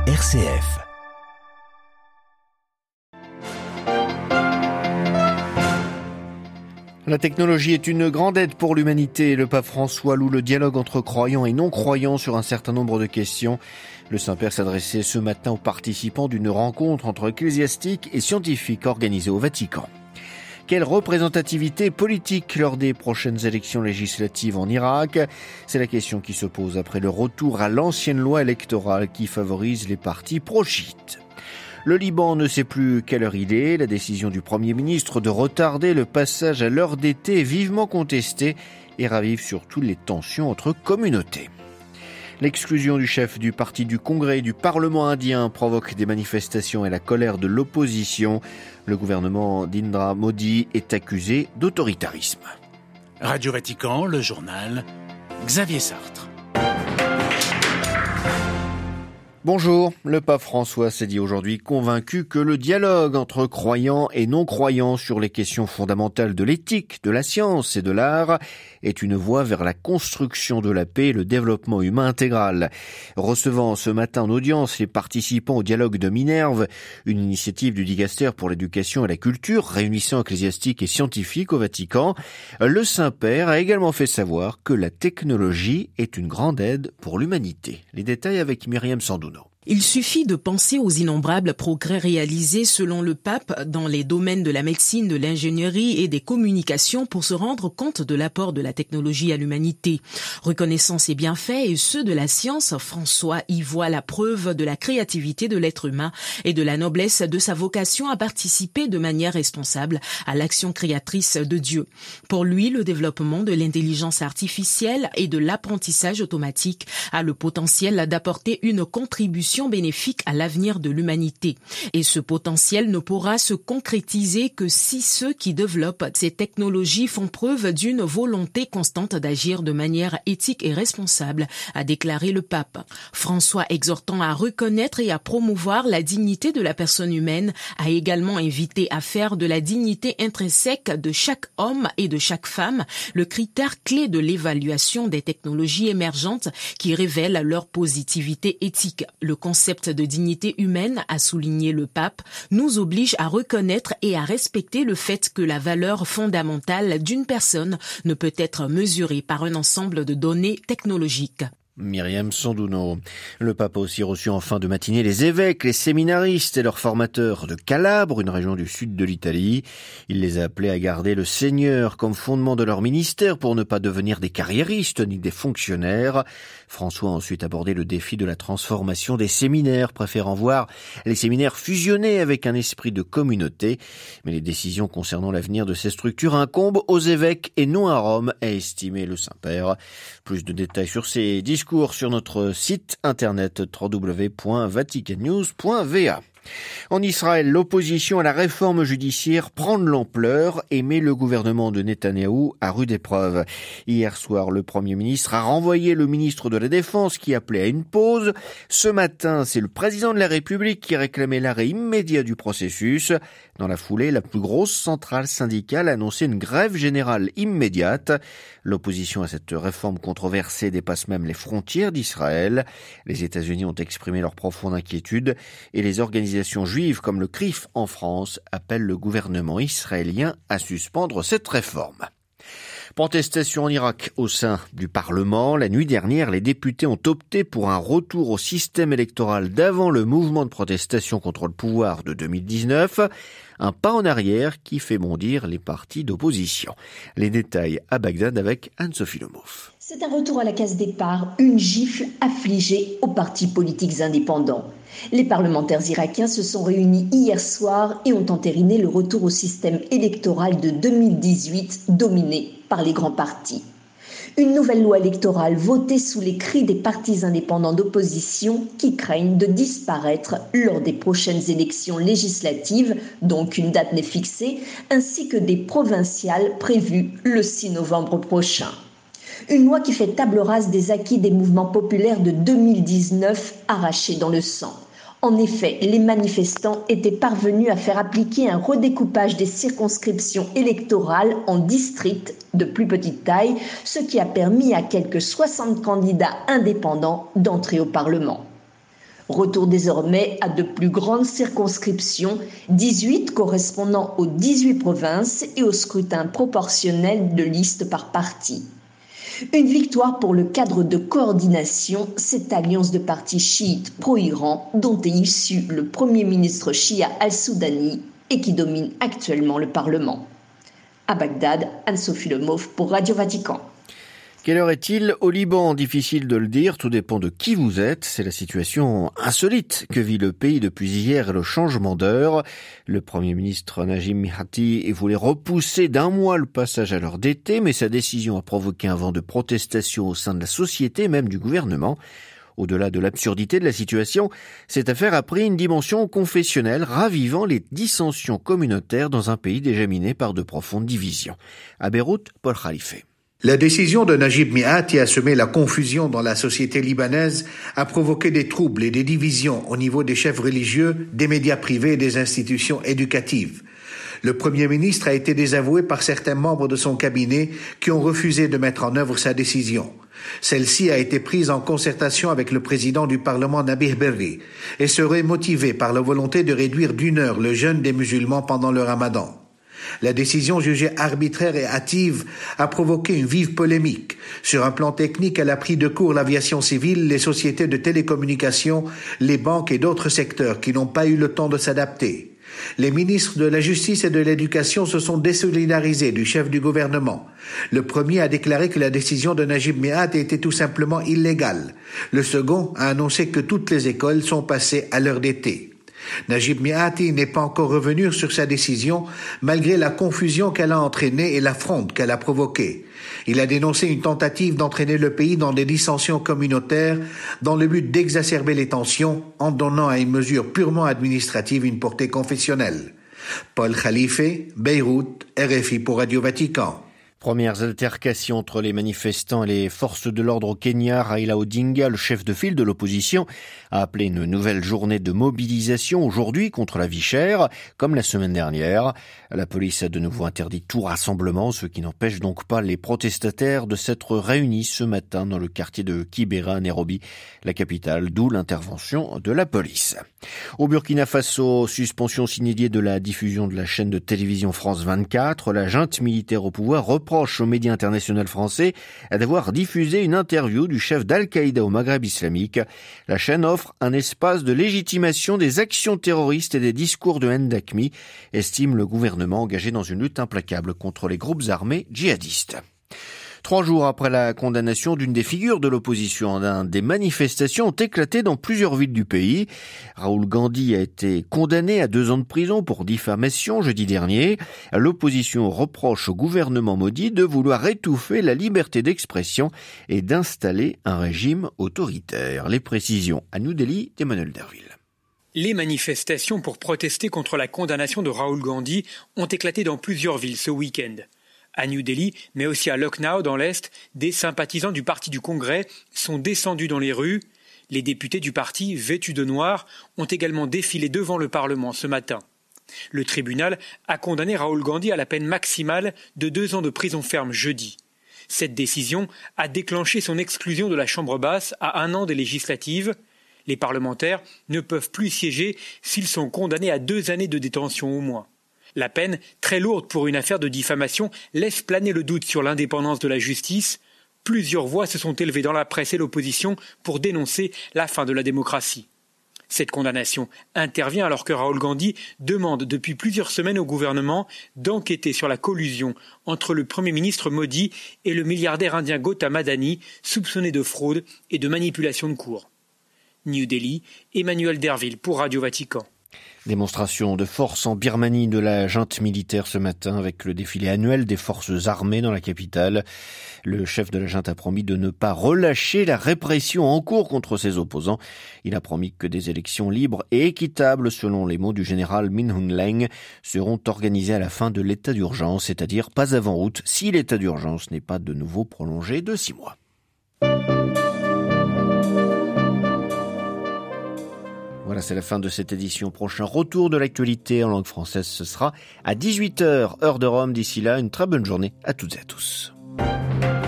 RCF. La technologie est une grande aide pour l'humanité. Le pape François loue le dialogue entre croyants et non-croyants sur un certain nombre de questions. Le Saint-Père s'adressait ce matin aux participants d'une rencontre entre ecclésiastiques et scientifiques organisée au Vatican. Quelle représentativité politique lors des prochaines élections législatives en Irak ? C'est la question qui se pose après le retour à l'ancienne loi électorale qui favorise les partis pro-chiites. Le Liban ne sait plus quelle heure il est. La décision du Premier ministre de retarder le passage à l'heure d'été est vivement contestée et ravive surtout les tensions entre communautés. L'exclusion du chef du parti du Congrès et du Parlement indien provoque des manifestations et la colère de l'opposition. Le gouvernement d'Indra Modi est accusé d'autoritarisme. Radio Vatican, le journal, Xavier Sartre. Bonjour, le pape François s'est dit aujourd'hui convaincu que le dialogue entre croyants et non-croyants sur les questions fondamentales de l'éthique, de la science et de l'art est une voie vers la construction de la paix et le développement humain intégral. Recevant ce matin en audience les participants au dialogue de Minerve, une initiative du Dicaster pour l'éducation et la culture réunissant ecclésiastiques et scientifiques au Vatican, le Saint-Père a également fait savoir que la technologie est une grande aide pour l'humanité. Les détails avec Myriam Sandouno. Il suffit de penser aux innombrables progrès réalisés selon le pape dans les domaines de la médecine, de l'ingénierie et des communications pour se rendre compte de l'apport de la technologie à l'humanité. Reconnaissant ses bienfaits et ceux de la science, François y voit la preuve de la créativité de l'être humain et de la noblesse de sa vocation à participer de manière responsable à l'action créatrice de Dieu. Pour lui, le développement de l'intelligence artificielle et de l'apprentissage automatique a le potentiel d'apporter une contribution bénéfique à l'avenir de l'humanité. Et ce potentiel ne pourra se concrétiser que si ceux qui développent ces technologies font preuve d'une volonté constante d'agir de manière éthique et responsable, a déclaré le pape. François, exhortant à reconnaître et à promouvoir la dignité de la personne humaine, a également invité à faire de la dignité intrinsèque de chaque homme et de chaque femme le critère clé de l'évaluation des technologies émergentes qui révèlent leur positivité éthique. Le concept de dignité humaine, a souligné le pape, nous oblige à reconnaître et à respecter le fait que la valeur fondamentale d'une personne ne peut être mesurée par un ensemble de données technologiques. Myriam Sandouno. Le pape a aussi reçu en fin de matinée les évêques, les séminaristes et leurs formateurs de Calabre, une région du sud de l'Italie. Il les a appelés à garder le Seigneur comme fondement de leur ministère pour ne pas devenir des carriéristes ni des fonctionnaires. François a ensuite abordé le défi de la transformation des séminaires, préférant voir les séminaires fusionnés avec un esprit de communauté. Mais les décisions concernant l'avenir de ces structures incombent aux évêques et non à Rome, a estimé le Saint-Père. Plus de détails sur ces discours sur notre site internet www.vaticannews.va. En Israël, l'opposition à la réforme judiciaire prend de l'ampleur et met le gouvernement de Netanyahou à rude épreuve. Hier soir, le Premier ministre a renvoyé le ministre de la Défense qui appelait à une pause. Ce matin, c'est le président de la République qui réclamait l'arrêt immédiat du processus. Dans la foulée, la plus grosse centrale syndicale a annoncé une grève générale immédiate. L'opposition à cette réforme controversée dépasse même les frontières d'Israël. Les États-Unis ont exprimé leur profonde inquiétude et les organisations juives comme le CRIF en France appellent le gouvernement israélien à suspendre cette réforme. Protestation en Irak au sein du Parlement. La nuit dernière, les députés ont opté pour un retour au système électoral d'avant le mouvement de protestation contre le pouvoir de 2019. Un pas en arrière qui fait bondir les partis d'opposition. Les détails à Bagdad avec Anne-Sophie Lemoff. C'est un retour à la case départ, une gifle affligée aux partis politiques indépendants. Les parlementaires irakiens se sont réunis hier soir et ont entériné le retour au système électoral de 2018 dominé par les grands partis. Une nouvelle loi électorale votée sous les cris des partis indépendants d'opposition qui craignent de disparaître lors des prochaines élections législatives, dont aucune date n'est fixée, ainsi que des provinciales prévues le 6 novembre prochain. Une loi qui fait table rase des acquis des mouvements populaires de 2019 arrachés dans le sang. En effet, les manifestants étaient parvenus à faire appliquer un redécoupage des circonscriptions électorales en districts de plus petite taille, ce qui a permis à quelques 60 candidats indépendants d'entrer au Parlement. Retour désormais à de plus grandes circonscriptions, 18 correspondant aux 18 provinces et au scrutin proportionnel de liste par parti. Une victoire pour le cadre de coordination, cette alliance de partis chiites pro-Iran dont est issu le premier ministre Shia al-Soudani et qui domine actuellement le Parlement. À Bagdad, Anne-Sophie Lemauve pour Radio Vatican. Quelle heure est-il au Liban? Difficile de le dire, tout dépend de qui vous êtes. C'est la situation insolite que vit le pays depuis hier et le changement d'heure. Le Premier ministre Najib Mikati voulait repousser d'1 mois le passage à l'heure d'été, mais sa décision a provoqué un vent de protestation au sein de la société, même du gouvernement. Au-delà de l'absurdité de la situation, cette affaire a pris une dimension confessionnelle, ravivant les dissensions communautaires dans un pays déjà miné par de profondes divisions. À Beyrouth, Paul Khalife. La décision de Najib Mikati a semé la confusion dans la société libanaise, a provoqué des troubles et des divisions au niveau des chefs religieux, des médias privés et des institutions éducatives. Le Premier ministre a été désavoué par certains membres de son cabinet qui ont refusé de mettre en œuvre sa décision. Celle-ci a été prise en concertation avec le président du Parlement Nabih Berri et serait motivée par la volonté de réduire d'1 heure le jeûne des musulmans pendant le Ramadan. La décision jugée arbitraire et hâtive a provoqué une vive polémique. Sur un plan technique, elle a pris de court l'aviation civile, les sociétés de télécommunications, les banques et d'autres secteurs qui n'ont pas eu le temps de s'adapter. Les ministres de la Justice et de l'Éducation se sont désolidarisés du chef du gouvernement. Le premier a déclaré que la décision de Najib Mikati était tout simplement illégale. Le second a annoncé que toutes les écoles sont passées à l'heure d'été. Najib Mikati n'est pas encore revenu sur sa décision, malgré la confusion qu'elle a entraînée et la fronde qu'elle a provoquée. Il a dénoncé une tentative d'entraîner le pays dans des dissensions communautaires dans le but d'exacerber les tensions en donnant à une mesure purement administrative une portée confessionnelle. Paul Khalife, Beyrouth, RFI pour Radio Vatican. Premières altercations entre les manifestants et les forces de l'ordre au Kenya. Raila Odinga, le chef de file de l'opposition, a appelé une nouvelle journée de mobilisation aujourd'hui contre la vie chère, comme la semaine dernière. La police a de nouveau interdit tout rassemblement, ce qui n'empêche donc pas les protestataires de s'être réunis ce matin dans le quartier de Kibera, Nairobi, la capitale, d'où l'intervention de la police. Au Burkina Faso, suspension sine die de la diffusion de la chaîne de télévision France 24, la junte militaire au pouvoir reproche aux médias internationaux français d'avoir diffusé une interview du chef d'Al-Qaïda au Maghreb islamique. La chaîne offre un espace de légitimation des actions terroristes et des discours de haine d'AQMI, estime le gouvernement engagé dans une lutte implacable contre les groupes armés djihadistes. 3 jours après la condamnation d'une des figures de l'opposition, des manifestations ont éclaté dans plusieurs villes du pays. Rahul Gandhi a été condamné à 2 ans de prison pour diffamation jeudi dernier. L'opposition reproche au gouvernement Modi de vouloir étouffer la liberté d'expression et d'installer un régime autoritaire. Les précisions à New Delhi d'Emmanuel Derville. Les manifestations pour protester contre la condamnation de Rahul Gandhi ont éclaté dans plusieurs villes ce week-end. À New Delhi, mais aussi à Lucknow dans l'Est, des sympathisants du Parti du Congrès sont descendus dans les rues. Les députés du parti, vêtus de noir, ont également défilé devant le Parlement ce matin. Le tribunal a condamné Rahul Gandhi à la peine maximale de 2 ans de prison ferme jeudi. Cette décision a déclenché son exclusion de la Chambre basse à 1 an des législatives. Les parlementaires ne peuvent plus siéger s'ils sont condamnés à 2 années de détention au moins. La peine, très lourde pour une affaire de diffamation, laisse planer le doute sur l'indépendance de la justice. Plusieurs voix se sont élevées dans la presse et l'opposition pour dénoncer la fin de la démocratie. Cette condamnation intervient alors que Rahul Gandhi demande depuis plusieurs semaines au gouvernement d'enquêter sur la collusion entre le Premier ministre Modi et le milliardaire indien Gautam Adani, soupçonné de fraude et de manipulation de cours. New Delhi, Emmanuel Derville pour Radio Vatican. Démonstration de force en Birmanie de la junte militaire ce matin avec le défilé annuel des forces armées dans la capitale. Le chef de la junte a promis de ne pas relâcher la répression en cours contre ses opposants. Il a promis que des élections libres et équitables, selon les mots du général Min Aung Hlaing, seront organisées à la fin de l'état d'urgence, c'est-à-dire pas avant août, si l'état d'urgence n'est pas de nouveau prolongé de 6 mois. Voilà, c'est la fin de cette édition. Prochain retour de l'actualité en langue française, ce sera à 18h, heure de Rome. D'ici là, une très bonne journée à toutes et à tous.